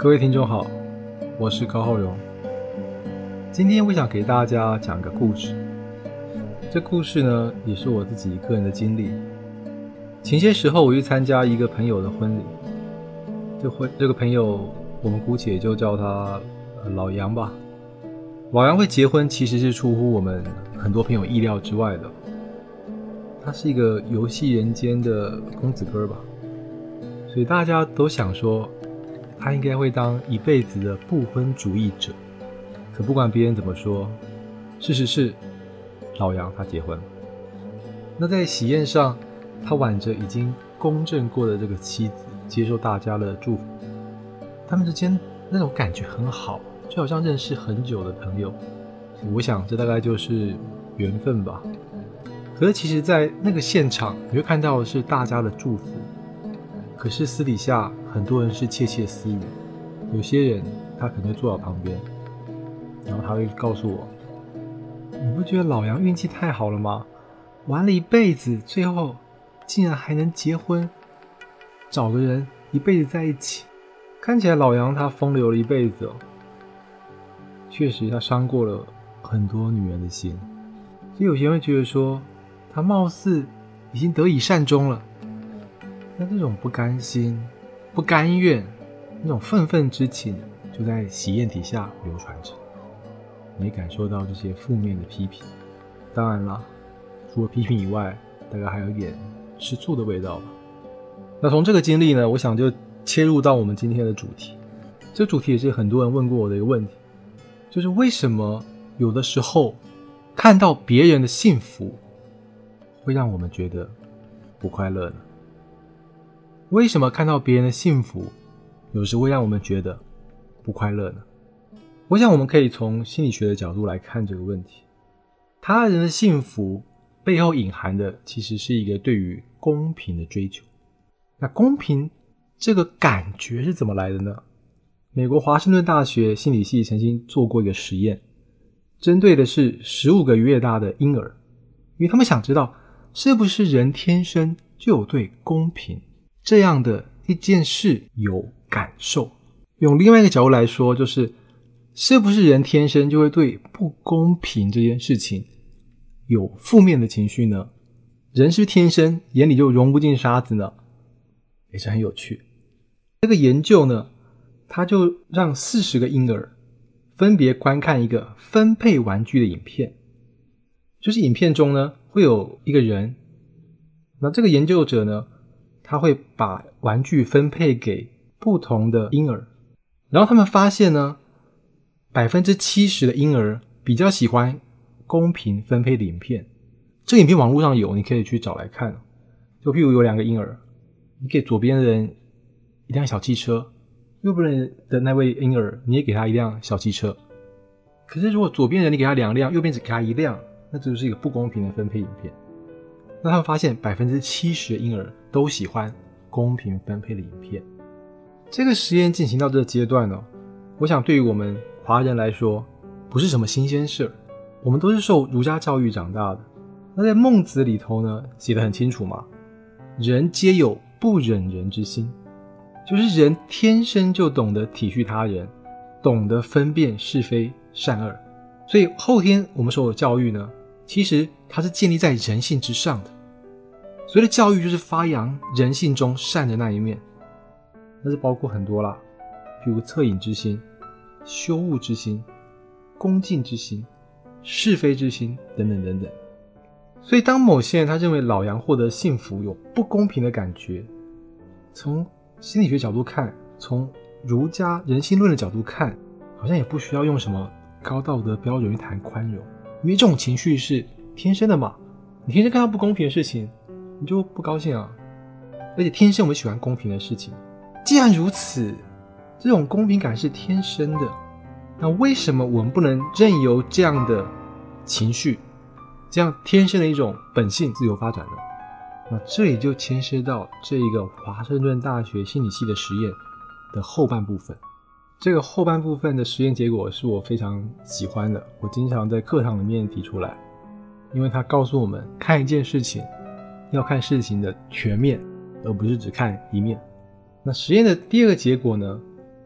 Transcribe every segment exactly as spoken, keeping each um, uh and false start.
各位听众好，我是高浩荣。今天我想给大家讲个故事。这故事呢，也是我自己个人的经历。前些时候我去参加一个朋友的婚礼，这婚这个朋友我们姑且就叫他、呃、老杨吧。老杨会结婚其实是出乎我们很多朋友意料之外的。他是一个游戏人间的公子哥吧，所以大家都想说他应该会当一辈子的不婚主义者。可不管别人怎么说，事实是老杨他结婚了。那在喜宴上，他挽着已经公证过的这个妻子，接受大家的祝福。他们之间那种感觉很好，就好像认识很久的朋友。我想这大概就是缘分吧。可是其实在那个现场，你会看到的是大家的祝福，可是私底下很多人是窃窃私语。有些人他可能会坐到旁边，然后他会告诉我，你不觉得老杨运气太好了吗？玩了一辈子，最后竟然还能结婚，找个人一辈子在一起。看起来老杨他风流了一辈子哦，确实他伤过了很多女人的心。所以有些人会觉得说，他貌似已经得以善终了。那这种不甘心、不甘愿，那种愤愤之情，就在喜宴底下流传着。你感受到这些负面的批评。当然啦，除了批评以外，大概还有一点吃醋的味道吧。那从这个经历呢，我想就切入到我们今天的主题。这个主题也是很多人问过我的一个问题，就是为什么有的时候看到别人的幸福会让我们觉得不快乐呢？为什么看到别人的幸福有时会让我们觉得不快乐呢？我想我们可以从心理学的角度来看这个问题。他人的幸福背后隐含的其实是一个对于公平的追求。那公平这个感觉是怎么来的呢？美国华盛顿大学心理系曾经做过一个实验，针对的是十五个月大的婴儿，因为他们想知道是不是人天生就有对公平这样的一件事有感受。用另外一个角度来说，就是是不是人天生就会对不公平这件事情有负面的情绪呢？人是不是天生眼里就容不进沙子呢？也是很有趣。这个研究呢，他就让四十个婴儿分别观看一个分配玩具的影片。就是影片中呢，会有一个人，那这个研究者呢，他会把玩具分配给不同的婴儿，然后他们发现呢，百分之七十 的婴儿比较喜欢公平分配的影片。这个影片网络上有，你可以去找来看。就譬如有两个婴儿，你给左边的人一辆小汽车，右边的那位婴儿你也给他一辆小汽车。可是如果左边人你给他两辆，右边只给他一辆，那这就是一个不公平的分配影片。那他们发现 百分之七十 的婴儿都喜欢公平分配的影片。这个实验进行到这个阶段呢，我想对于我们华人来说不是什么新鲜事。我们都是受儒家教育长大的。那在孟子里头呢，写得很清楚嘛，人皆有不忍人之心，就是人天生就懂得体恤他人，懂得分辨是非善恶。所以后天我们受的教育呢，其实它是建立在人性之上的。所谓的教育就是发扬人性中善的那一面，那是包括很多啦，比如恻隐之心、羞恶之心、恭敬之心、是非之心等等等等。所以当某些人他认为老杨获得幸福有不公平的感觉，从心理学角度看，从儒家人性论的角度看，好像也不需要用什么高道德标准去谈宽容，因为这种情绪是天生的嘛。你天生看到不公平的事情，你就不高兴啊。而且天生我们喜欢公平的事情。既然如此，这种公平感是天生的，那为什么我们不能任由这样的情绪，这样天生的一种本性自由发展呢？那这里就牵涉到这一个华盛顿大学心理系的实验的后半部分。这个后半部分的实验结果是我非常喜欢的，我经常在课堂里面提出来，因为它告诉我们看一件事情要看事情的全面，而不是只看一面。那实验的第二个结果呢，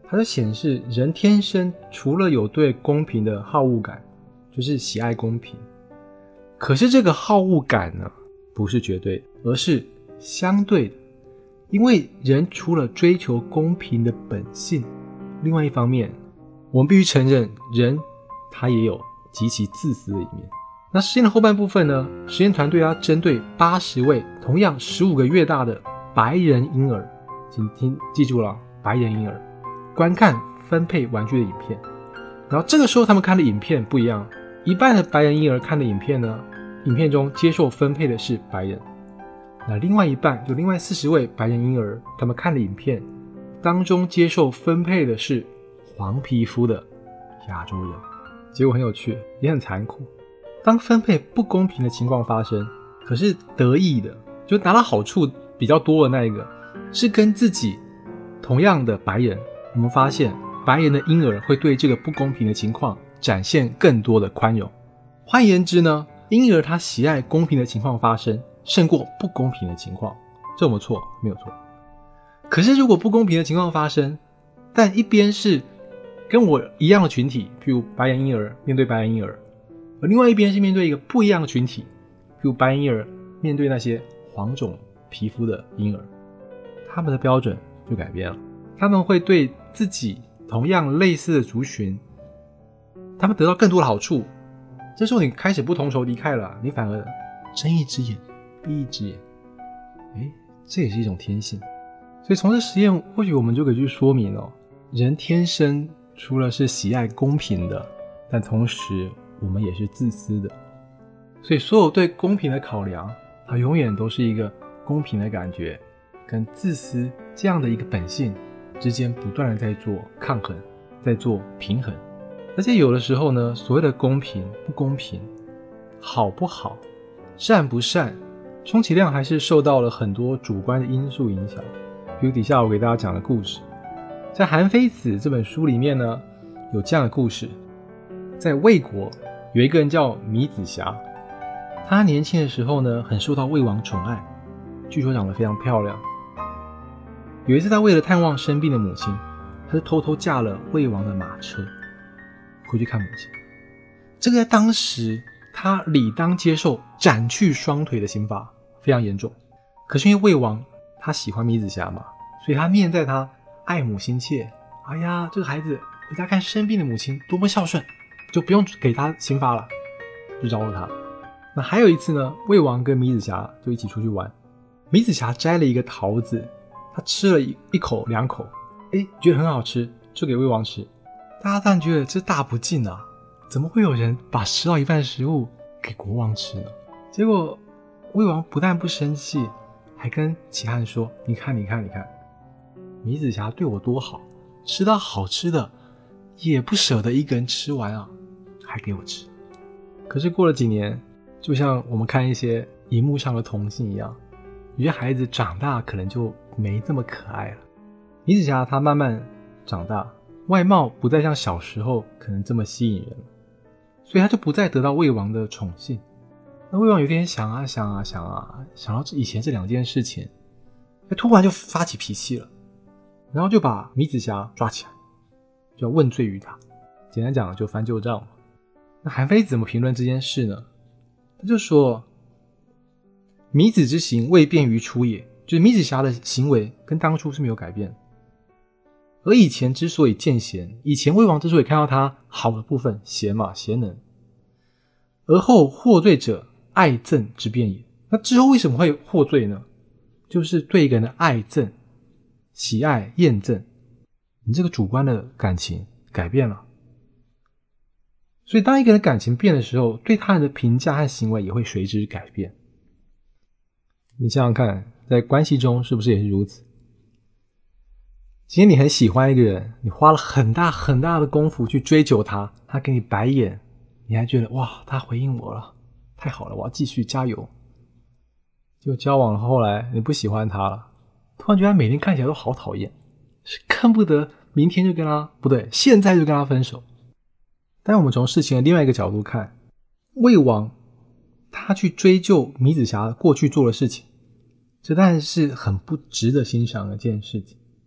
它就显示人天生除了有对公平的好恶感，就是喜爱公平，可是这个好恶感呢，不是绝对的，而是相对的。因为人除了追求公平的本性，另外一方面，我们必须承认，人他也有极其自私的一面。那实验的后半部分呢，实验团队要针对八十位同样十五个月大的白人婴儿，请听记住了，白人婴儿观看分配玩具的影片。然后这个时候他们看的影片不一样，一半的白人婴儿看的影片呢，影片中接受分配的是白人，那另外一半就另外四十位白人婴儿，他们看的影片当中接受分配的是黄皮肤的亚洲人。结果很有趣，也很残酷。当分配不公平的情况发生，可是得意的，就拿到好处比较多的那一个，是跟自己同样的白人，我们发现白人的婴儿会对这个不公平的情况展现更多的宽容。换言之呢，婴儿他喜爱公平的情况发生，胜过不公平的情况。这有没有错？没有错。可是如果不公平的情况发生，但一边是跟我一样的群体，譬如白人婴儿面对白人婴儿，而另外一边是面对一个不一样的群体，譬如白人婴儿面对那些黄种皮肤的婴儿，他们的标准就改变了。他们会对自己同样类似的族群，他们得到更多的好处。这时候你开始不同仇敌忾了，你反而睁一只眼闭一只眼。诶，这也是一种天性。所以从这实验或许我们就可以去说明哦，人天生除了是喜爱公平的，但同时我们也是自私的。所以所有对公平的考量，它永远都是一个公平的感觉跟自私这样的一个本性之间不断的在做抗衡，在做平衡。而且有的时候呢，所谓的公平不公平，好不好，善不善，充其量还是受到了很多主观的因素影响。比如底下我给大家讲的故事，在《韩非子》这本书里面呢，有这样的故事。在魏国有一个人叫米子瑕，他年轻的时候呢，很受到魏王宠爱，据说长得非常漂亮。有一次他为了探望生病的母亲，他就偷偷驾了魏王的马车回去看母亲。这个在当时他理当接受斩去双腿的刑罚，非常严重。可是因为魏王他喜欢米子瑕嘛，所以他念在他爱母心切，哎呀，这个孩子回家看生病的母亲多么孝顺，就不用给他刑罚了，就饶了他。那还有一次呢，魏王跟米子瑕就一起出去玩，米子瑕摘了一个桃子，他吃了一一口两口，诶，觉得很好吃，就给魏王吃。大家当然觉得这大不敬啊，怎么会有人把吃到一半的食物给国王吃呢？结果魏王不但不生气，还跟其他人说，你看你看你看，米子瑕对我多好，吃到好吃的也不舍得一个人吃完啊，还给我吃。可是过了几年，就像我们看一些荧幕上的同性一样，有些孩子长大可能就没这么可爱了。米子瑕他慢慢长大，外貌不再像小时候可能这么吸引人了，所以他就不再得到魏王的宠幸。那魏王有点想啊想啊想啊，想到以前这两件事情，突然就发起脾气了，然后就把米子瑕抓起来，就要问罪于他。简单讲就翻旧账嘛。那韩非子怎么评论这件事呢？他就说，米子之行未变于初也，就是米子瑕的行为跟当初是没有改变。而以前之所以见贤，以前魏王之所以看到他好的部分，贤嘛，贤能，而后获罪者爱憎之变也。那之后为什么会获罪呢？就是对一个人的爱憎、喜爱、厌憎，你这个主观的感情改变了。所以当一个人感情变的时候，对他人的评价和行为也会随之改变。你想想看，在关系中是不是也是如此？今天你很喜欢一个人，你花了很大很大的功夫去追求他，他给你白眼，你还觉得哇，他回应我了，太好了，我要继续加油。结果交往了，后来你不喜欢他了，突然觉得他每天看起来都好讨厌，是恨不得明天就跟他，不对，现在就跟他分手。但我们从事情的另外一个角度看，魏王他去追究米子瑕过去做的事情，这当然是很不值得欣赏的一件事情。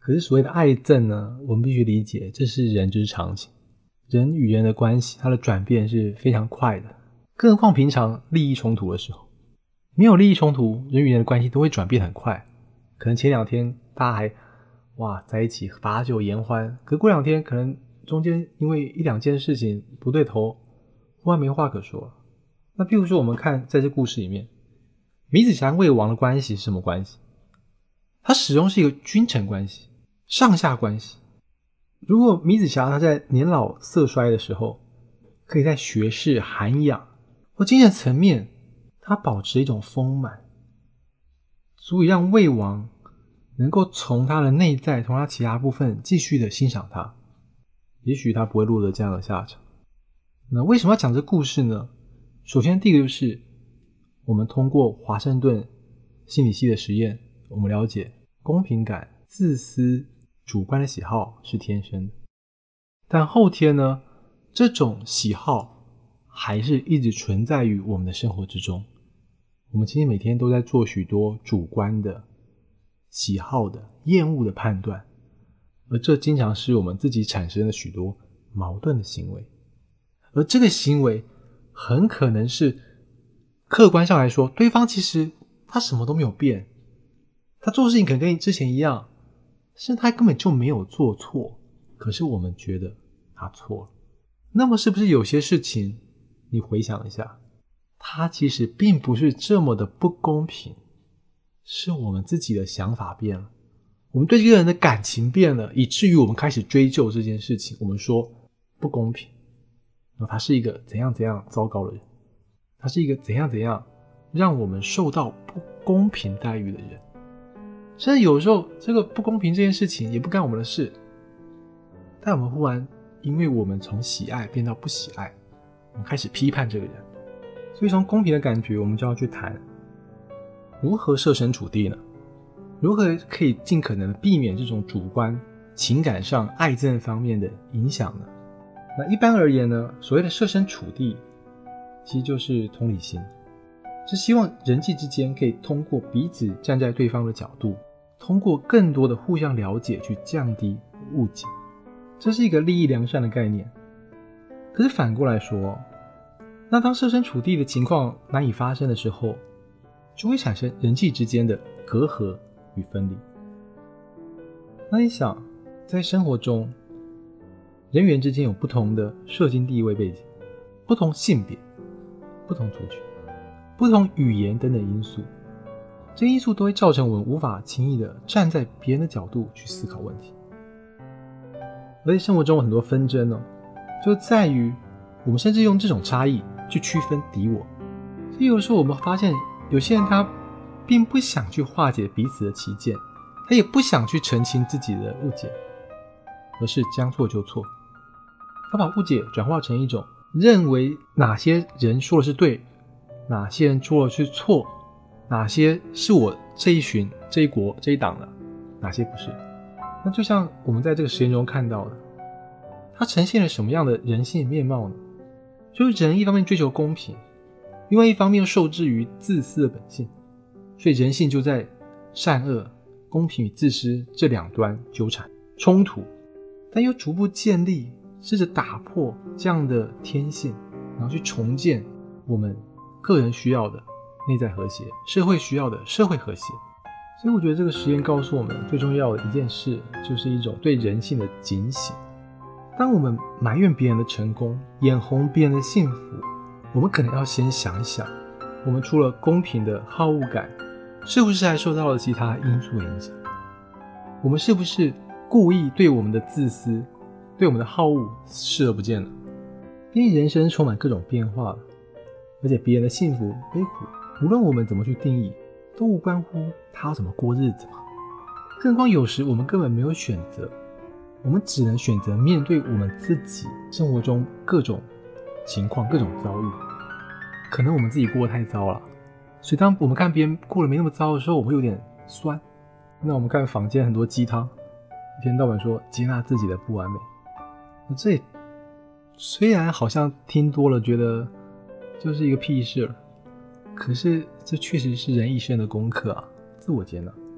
可是所谓的爱憎呢，我们必须理解，这是人之常情。人与人的关系，它的转变是非常快的，更何况平常利益冲突的时候。没有利益冲突，人与人的关系都会转变很快。可能前两天大家还哇在一起把酒言欢，可过两天可能中间因为一两件事情不对头，忽然没话可说了。那譬如说我们看在这故事里面，米子霞跟魏王的关系是什么关系？它始终是一个君臣关系，上下关系。如果米子霞她在年老色衰的时候，可以在学识涵养或精神层面，她保持一种丰满，足以让魏王能够从他的内在，从他其他部分继续的欣赏他，也许他不会落得这样的下场。那为什么要讲这故事呢？首先第一个就是我们通过华盛顿心理系的实验，我们了解公平感、自私、主观的喜好是天生的，但后天呢，这种喜好还是一直存在于我们的生活之中。我们其实每天都在做许多主观的喜好的厌恶的判断，而这经常使我们自己产生了许多矛盾的行为，而这个行为很可能是客观上来说，对方其实他什么都没有变，他做事情可能跟之前一样，甚至他根本就没有做错，可是我们觉得他错了。那么是不是有些事情你回想一下，它其实并不是这么的不公平，是我们自己的想法变了，我们对这个人的感情变了，以至于我们开始追究这件事情。我们说不公平，他是一个怎样怎样糟糕的人，他是一个怎样怎样让我们受到不公平待遇的人。甚至有时候这个不公平这件事情也不干我们的事，但我们忽然因为我们从喜爱变到不喜爱，我们开始批判这个人。所以从公平的感觉，我们就要去谈如何设身处地呢？如何可以尽可能的避免这种主观情感上爱憎方面的影响呢？那一般而言呢，所谓的设身处地其实就是同理心，是希望人际之间可以通过彼此站在对方的角度，通过更多的互相了解去降低误解，这是一个利益良善的概念。可是反过来说，那当设身处地的情况难以发生的时候，就会产生人际之间的隔阂与分离。那你想，在生活中，人与人之间有不同的社经地位背景，不同性别，不同族群，不同语言等等因素，这些因素都会造成我们无法轻易的站在别人的角度去思考问题。而且生活中有很多纷争呢、哦，就在于我们甚至用这种差异去区分敌我。所以有时候我们发现有些人他并不想去化解彼此的歧见，他也不想去澄清自己的误解，而是将错就错。他把误解转化成一种认为哪些人说的是对，哪些人说的是错，哪些是我这一群这一国这一党的，哪些不是。那就像我们在这个实验中看到的，它呈现了什么样的人性面貌呢？就是人一方面追求公平，另外一方面又受制于自私的本性，所以人性就在善恶、公平与自私这两端纠缠冲突，但又逐步建立，试着打破这样的天性，然后去重建我们个人需要的内在和谐，社会需要的社会和谐。所以我觉得这个实验告诉我们最重要的一件事，就是一种对人性的警醒。当我们埋怨别人的成功，眼红别人的幸福，我们可能要先想一想，我们除了公平的好恶感，是不是还受到了其他因素的影响？我们是不是故意对我们的自私，对我们的好恶视而不见了？因为人生充满各种变化了，而且别人的幸福悲苦，无论我们怎么去定义，都无关乎他要怎么过日子嘛。更何况有时我们根本没有选择，我们只能选择面对我们自己生活中各种情况、各种遭遇。可能我们自己过得太糟了，所以当我们看别人过得没那么糟的时候，我们会有点酸。那我们看坊间很多鸡汤，一天到晚说接纳自己的不完美，那这虽然好像听多了觉得就是一个屁事，可是这确实是人一生的功课啊，自我接纳。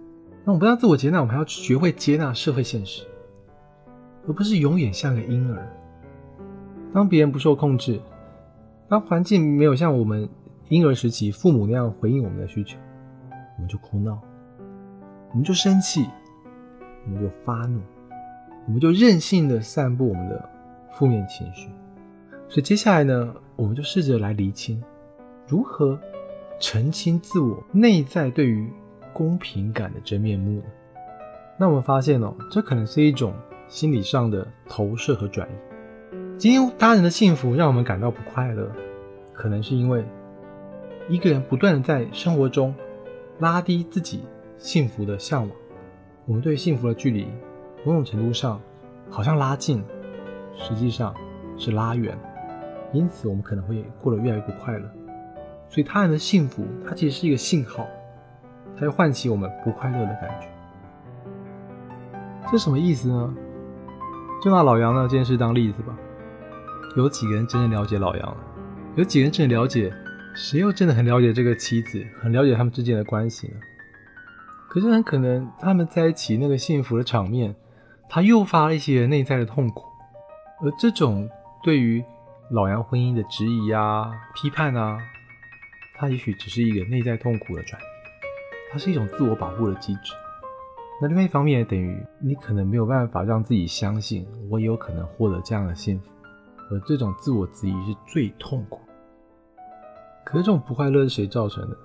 那我们不但自我接纳，我们还要学会接纳社会现实，而不是永远像个婴儿。当别人不受控制，当环境没有像我们婴儿时期父母那样回应我们的需求，我们就哭闹，我们就生气，我们就发怒，我们就任性的散布我们的负面情绪。所以接下来呢，我们就试着来厘清如何澄清自我内在对于公平感的真面目呢？那我们发现哦，这可能是一种心理上的投射和转移。今天他人的幸福让我们感到不快乐，可能是因为一个人不断的在生活中拉低自己幸福的向往，我们对幸福的距离某种程度上好像拉近了，实际上是拉远了，因此我们可能会过得越来越不快乐。所以他人的幸福它其实是一个信号，它会唤起我们不快乐的感觉。这什么意思呢？就拿老杨那件事当例子吧。有几个人真正了解老杨了？有几个人真的了解？谁又真的很了解这个妻子，很了解他们之间的关系呢？可是很可能他们在一起那个幸福的场面，它诱发了一些内在的痛苦，而这种对于老杨婚姻的质疑啊、批判啊，它也许只是一个内在痛苦的转移，它是一种自我保护的机制。那另外一方面也等于你可能没有办法让自己相信我也有可能获得这样的幸福，而这种自我质疑是最痛苦。可是这种不快乐是谁造成的？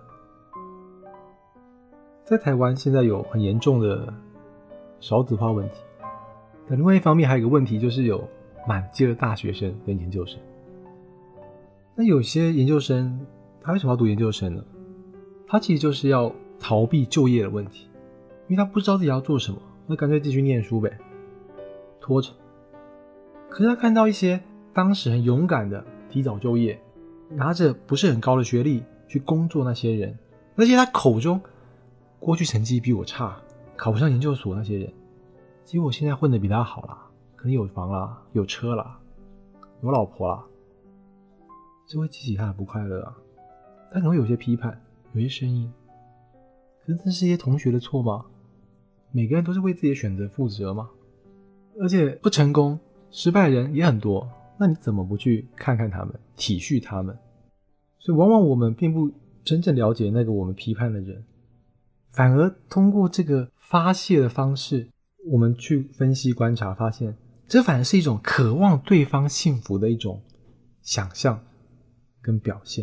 在台湾现在有很严重的少子化问题，但另外一方面还有一个问题，就是有满街的大学生跟研究生。那有些研究生他为什么要读研究生呢？他其实就是要逃避就业的问题，因为他不知道自己要做什么，那干脆继续念书呗，拖着。可是他看到一些当时很勇敢的提早就业，拿着不是很高的学历去工作那些人，而且他口中过去成绩比我差，考不上研究所那些人，结果现在混得比他好啦，可能有房啦，有车啦，有老婆啦，这会激起他的不快乐啊。他可能会有些批判，有些声音，可是这是一些同学的错吗？每个人都是为自己的选择负责吗？而且不成功失败的人也很多，那你怎么不去看看他们，体恤他们？所以往往我们并不真正了解那个我们批判的人，反而通过这个发泄的方式，我们去分析观察，发现这反而是一种渴望对方幸福的一种想象跟表现。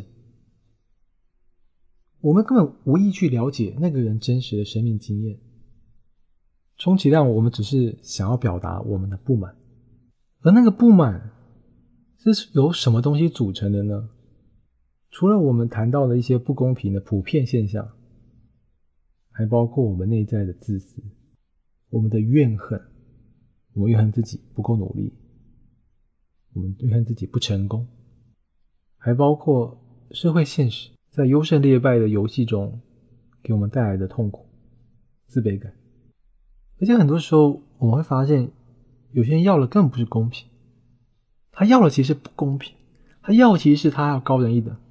我们根本无意去了解那个人真实的生命经验，充其量我们只是想要表达我们的不满。而那个不满是由什么东西组成的呢？除了我们谈到的一些不公平的普遍现象，还包括我们内在的自私，我们的怨恨，我们怨恨自己不够努力，我们怨恨自己不成功，还包括社会现实在优胜劣败的游戏中给我们带来的痛苦、自卑感。而且很多时候我们会发现，有些人要的根本不是公平，他要的其实不公平，他要的其实是他要高人一等，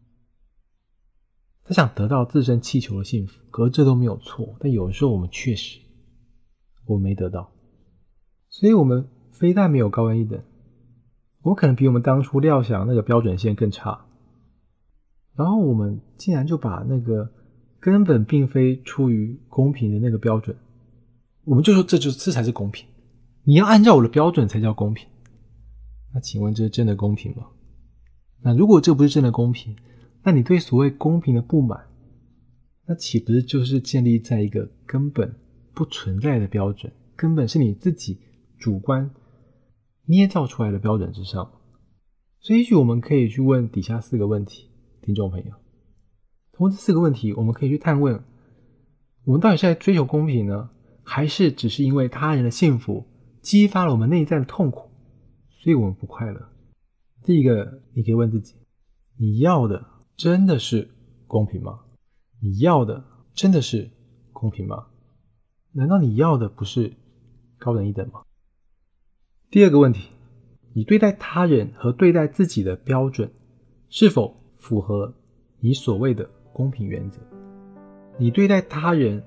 他想得到自身祈求的幸福，可是这都没有错，但有的时候我们确实我们没得到，所以我们非但没有高人一等，我们可能比我们当初料想那个标准线更差，然后我们竟然就把那个根本并非出于公平的那个标准，我们就说这就这才是公平，你要按照我的标准才叫公平。那请问这是真的公平吗？那如果这不是真的公平，那你对所谓公平的不满，那岂不是就是建立在一个根本不存在的标准，根本是你自己主观捏造出来的标准之上？所以也许我们可以去问底下四个问题，听众朋友，通过这四个问题我们可以去探问，我们到底是在追求公平呢，还是只是因为他人的幸福激发了我们内在的痛苦，所以我们不快乐？第一个，你可以问自己，你要的真的是公平吗？你要的真的是公平吗？难道你要的不是高人一等吗？第二个问题，你对待他人和对待自己的标准是否符合你所谓的公平原则？你对待他人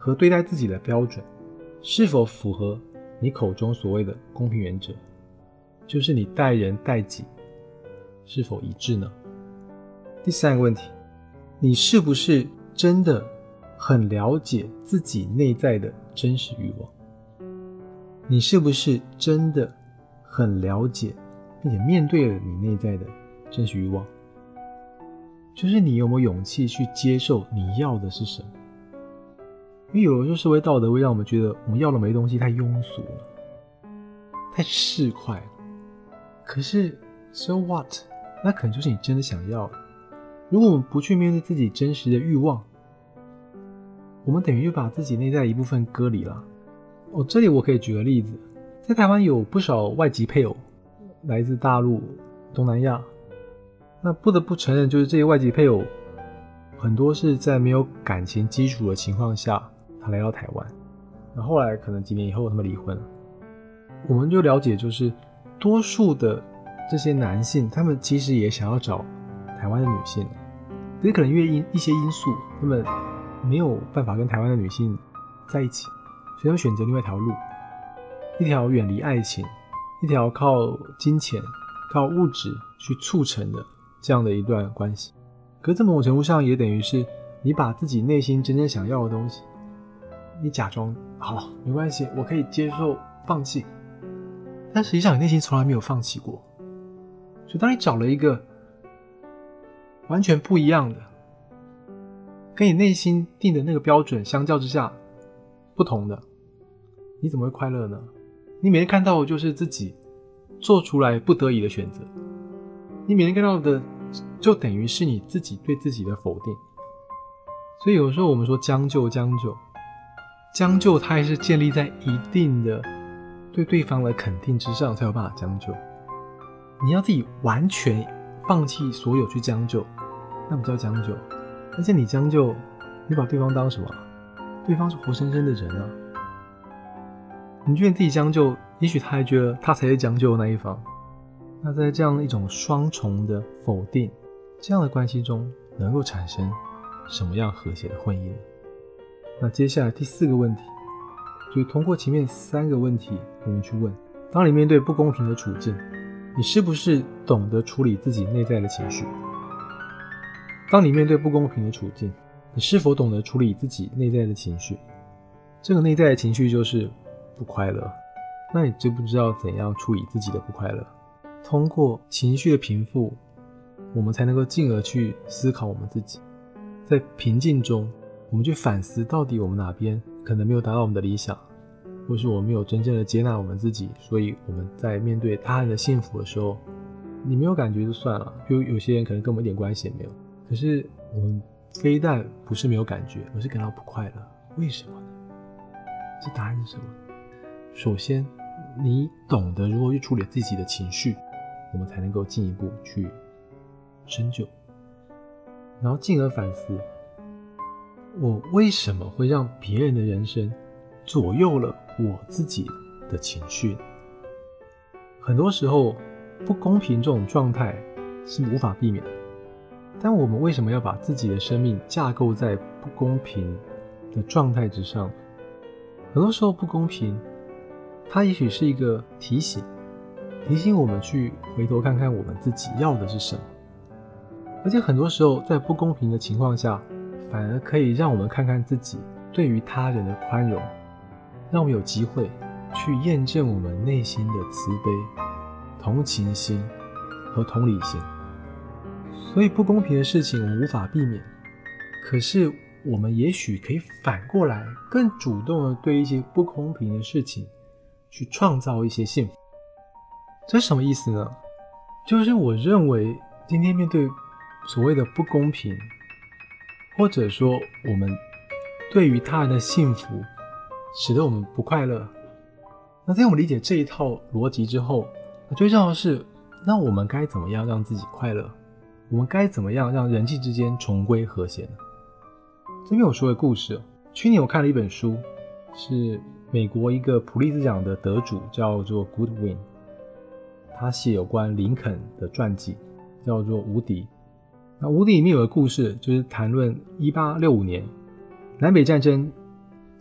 和对待自己的标准是否符合你口中所谓的公平原则，就是你待人待己是否一致呢？第三个问题，你是不是真的很了解自己内在的真实欲望？你是不是真的很了解并且面对了你内在的真实欲望？就是你有没有勇气去接受你要的是什么？因为有的时候社会道德会让我们觉得我们要的没东西太庸俗了，太市侩了。可是 so what？ 那可能就是你真的想要的。如果我们不去面对自己真实的欲望，我们等于就把自己内在的一部分割离了。哦，这里我可以举个例子，在台湾有不少外籍配偶来自大陆、东南亚，那不得不承认，就是这些外籍配偶很多是在没有感情基础的情况下他来到台湾，那后来可能几年以后他们离婚了。我们就了解，就是多数的这些男性他们其实也想要找台湾的女性，可是可能因为一些因素他们没有办法跟台湾的女性在一起，所以他们选择另外一条路，一条远离爱情，一条靠金钱靠物质去促成的这样的一段关系。可是在某种程度上也等于是你把自己内心真正想要的东西，你假装好没关系，我可以接受放弃，但实际上你内心从来没有放弃过。所以当你找了一个完全不一样的，跟你内心定的那个标准相较之下不同的，你怎么会快乐呢？你每天看到的就是自己做出来不得已的选择，你每天看到的就等于是你自己对自己的否定。所以有时候我们说将就将就将就，它还是建立在一定的对对方的肯定之上才有办法将就。你要自己完全放弃所有去将就，那不叫将就。而且你将就，你把对方当什么？对方是活生生的人啊。你觉得你自己将就，也许他还觉得他才是将就的那一方。那在这样一种双重的否定，这样的关系中能够产生什么样和谐的婚姻呢？那接下来第四个问题，就是通过前面三个问题我们去问，当你面对不公平的处境，你是不是懂得处理自己内在的情绪？当你面对不公平的处境，你是否懂得处理自己内在的情绪？这个内在的情绪就是不快乐。那你知不知道怎样处理自己的不快乐？通过情绪的平复，我们才能够进而去思考我们自己。在平静中，我们去反思到底我们哪边可能没有达到我们的理想，或是我们没有真正的接纳我们自己，所以我们在面对他人的幸福的时候，你没有感觉就算了，就有些人可能跟我们一点关系也没有。可是我们非但不是没有感觉，而是感到不快乐。为什么呢？这答案是什么？首先你懂得如何去处理自己的情绪，我们才能够进一步去深究，然后进而反思，我为什么会让别人的人生左右了我自己的情绪？很多时候不公平这种状态是无法避免的，但我们为什么要把自己的生命架构在不公平的状态之上？很多时候不公平它也许是一个提醒，提醒我们去回头看看我们自己要的是什么。而且很多时候在不公平的情况下，反而可以让我们看看自己对于他人的宽容，让我们有机会去验证我们内心的慈悲、同情心和同理心。所以不公平的事情我们无法避免，可是我们也许可以反过来更主动的对一些不公平的事情去创造一些幸福。这是什么意思呢？就是我认为今天面对所谓的不公平，或者说我们对于他人的幸福使得我们不快乐，那在我们理解这一套逻辑之后，最重要的是，那我们该怎么样让自己快乐？我们该怎么样让人际之间重归和谐呢？这边我说个故事，去年我看了一本书，是美国一个普利兹奖的得主，叫做 Goodwin， 他写有关林肯的传记，叫做《无敌》。那《无敌》里面有个故事，就是谈论一八六五年南北战争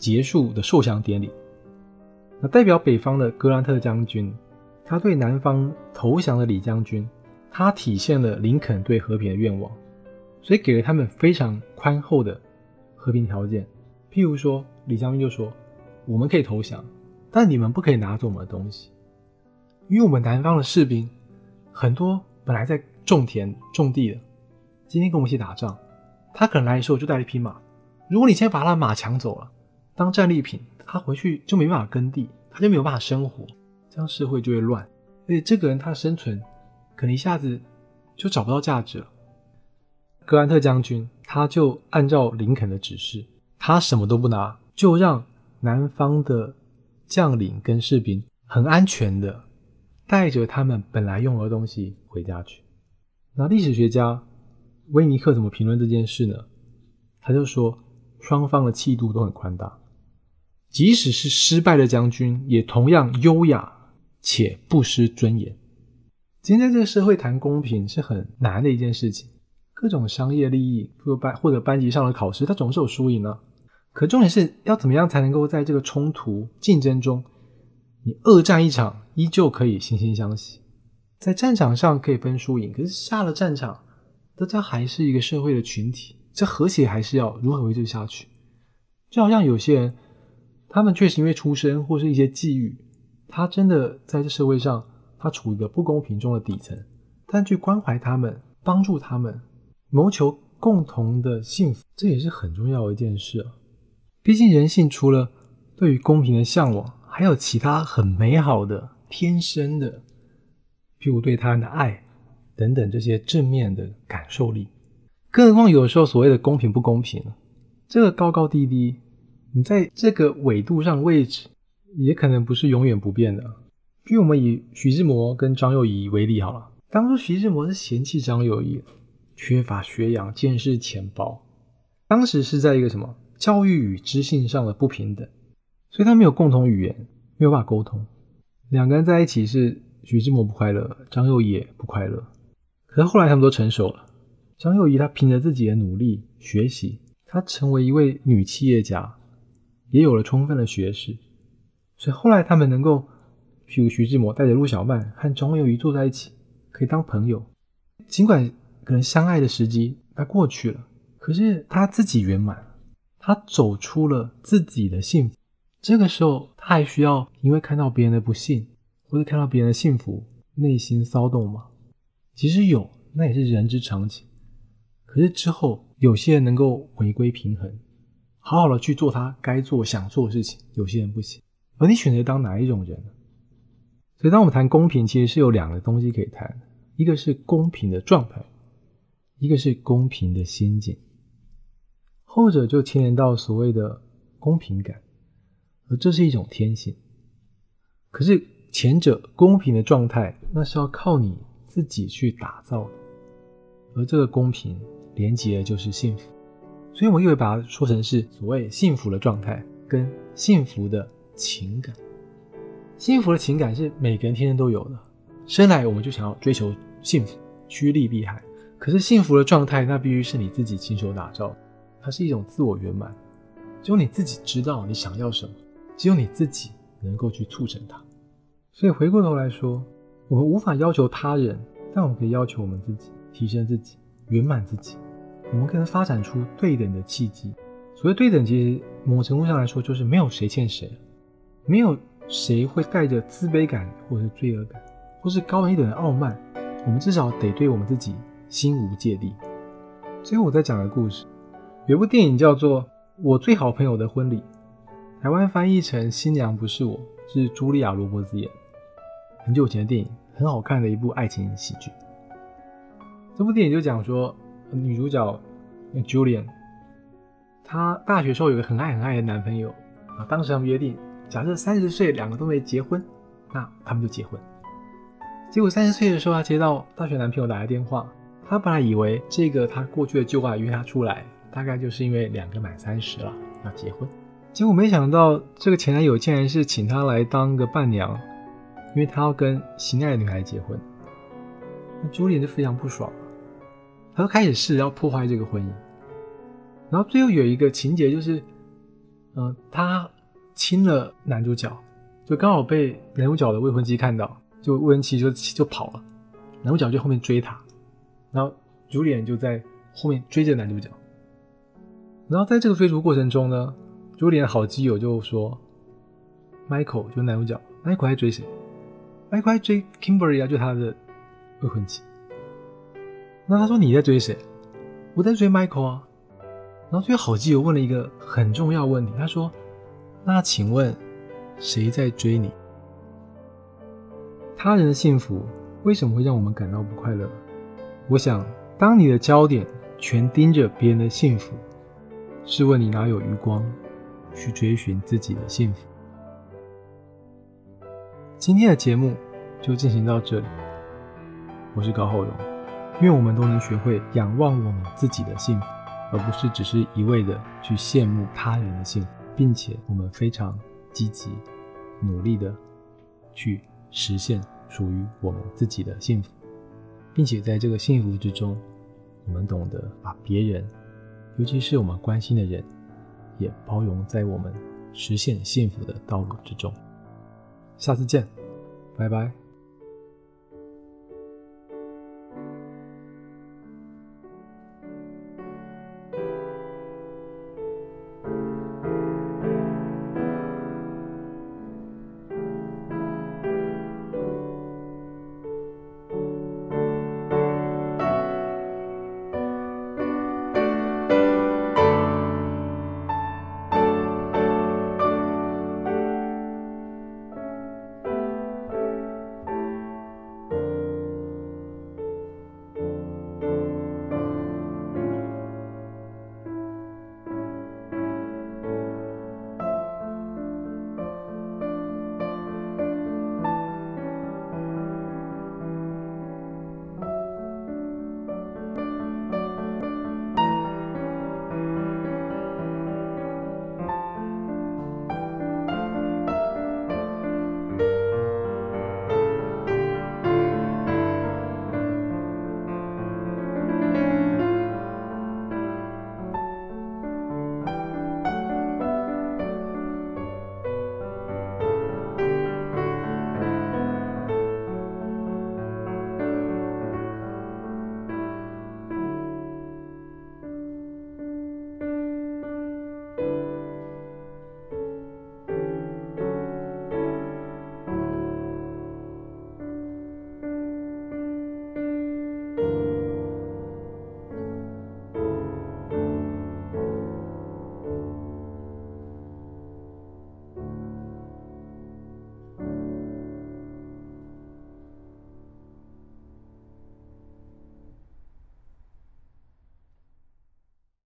结束的受降典礼。那代表北方的格兰特将军，他对南方投降的李将军，他体现了林肯对和平的愿望，所以给了他们非常宽厚的和平条件。譬如说李将军就说，我们可以投降，但你们不可以拿走我们的东西，因为我们南方的士兵很多本来在种田种地的，今天跟我们一起打仗，他可能来的时候就带了一匹马，如果你现在把他的马抢走了当战利品，他回去就没办法耕地，他就没有办法生活，这样社会就会乱，而且这个人他的生存可能一下子就找不到价值了。格兰特将军他就按照林肯的指示，他什么都不拿，就让南方的将领跟士兵很安全的带着他们本来用的东西回家去。那历史学家威尼克怎么评论这件事呢？他就说双方的气度都很宽大，即使是失败的将军也同样优雅且不失尊严。今天在这个社会谈公平是很难的一件事情，各种商业利益或者班级上的考试它总是有输赢啊。可重点是要怎么样才能够在这个冲突竞争中，你恶战一场依旧可以惺惺相惜。在战场上可以分输赢，可是下了战场大家还是一个社会的群体，这和谐还是要如何维持下去。就好像有些人他们确实因为出身或是一些际遇，他真的在这社会上他处于一个不公平中的底层，但去关怀他们，帮助他们，谋求共同的幸福，这也是很重要的一件事啊。毕竟人性除了对于公平的向往，还有其他很美好的天生的，譬如对他人的爱等等这些正面的感受力。更何况有时候所谓的公平不公平，这个高高低低，你在这个纬度上位置也可能不是永远不变的。譬如我们以徐志摩跟张幼仪为例好了，当初徐志摩是嫌弃张幼仪缺乏学养，见识浅薄，当时是在一个什么教育与知性上的不平等，所以他没有共同语言，没有办法沟通，两个人在一起是徐志摩不快乐，张幼仪也不快乐。可是后来他们都成熟了，张幼仪她凭着自己的努力学习，她成为一位女企业家，也有了充分的学识，所以后来他们能够譬如徐志摩带着陆小曼和张幼仪坐在一起可以当朋友，尽管可能相爱的时机他过去了，可是他自己圆满，他走出了自己的幸福。这个时候他还需要因为看到别人的不幸或者看到别人的幸福内心骚动吗？其实有，那也是人之常情。可是之后有些人能够回归平衡，好好的去做他该做想做的事情，有些人不行。而你选择当哪一种人呢？所以当我们谈公平，其实是有两个东西可以谈，一个是公平的状态，一个是公平的心境。后者就牵连到所谓的公平感，而这是一种天性。可是前者公平的状态，那是要靠你自己去打造的，而这个公平连结的就是幸福。所以我们又会把它说成是所谓幸福的状态跟幸福的情感。幸福的情感是每个人天生都有的，生来我们就想要追求幸福，趋利避害。可是幸福的状态，那必须是你自己亲手打造的，它是一种自我圆满，只有你自己知道你想要什么，只有你自己能够去促成它。所以回过头来说，我们无法要求他人，但我们可以要求我们自己，提升自己，圆满自己。我们可能发展出对等的契机。所谓对等，其实某种程度上来说就是没有谁欠谁，没有谁会带着自卑感或者是罪恶感或是高人一等的傲慢，我们至少得对我们自己心无芥蒂。最后我再讲个故事，有一部电影叫做《我最好朋友的婚礼》，台湾翻译成新娘不是我，是茱莉亚·罗伯兹演，很久以前的电影，很好看的一部爱情喜剧。这部电影就讲说女主角 Julian 她大学时候有个很爱很爱的男朋友啊，当时他们约定假设三十岁两个都没结婚，那他们就结婚。结果三十岁的时候她接到大学男朋友打来电话，她本来以为这个她过去的旧爱约她出来大概就是因为两个满三十了要结婚，结果没想到这个前男友竟然是请她来当个伴娘，因为他要跟心爱的女孩结婚。那朱莉就非常不爽，他就开始试着要破坏这个婚姻。然后最后有一个情节，就是嗯，他亲了男主角，就刚好被男主角的未婚妻看到，就未婚妻就就跑了，男主角就后面追他，然后朱丽安就在后面追着男主角。然后在这个追逐过程中呢，朱丽安好基友就说 Michael 就男主角 Michael 在追谁？ Michael 在追 Kimberly 啊，就他的未婚妻。那他说你在追谁？我在追 Michael 啊。然后这个好基友问了一个很重要的问题，他说那请问谁在追你？他人的幸福为什么会让我们感到不快乐？我想当你的焦点全盯着别人的幸福，试问你哪有余光去追寻自己的幸福？今天的节目就进行到这里，我是高厚荣，愿我们都能学会仰望我们自己的幸福，而不是只是一味的去羡慕他人的幸福，并且我们非常积极努力的去实现属于我们自己的幸福，并且在这个幸福之中，我们懂得把别人，尤其是我们关心的人，也包容在我们实现幸福的道路之中。下次见，拜拜。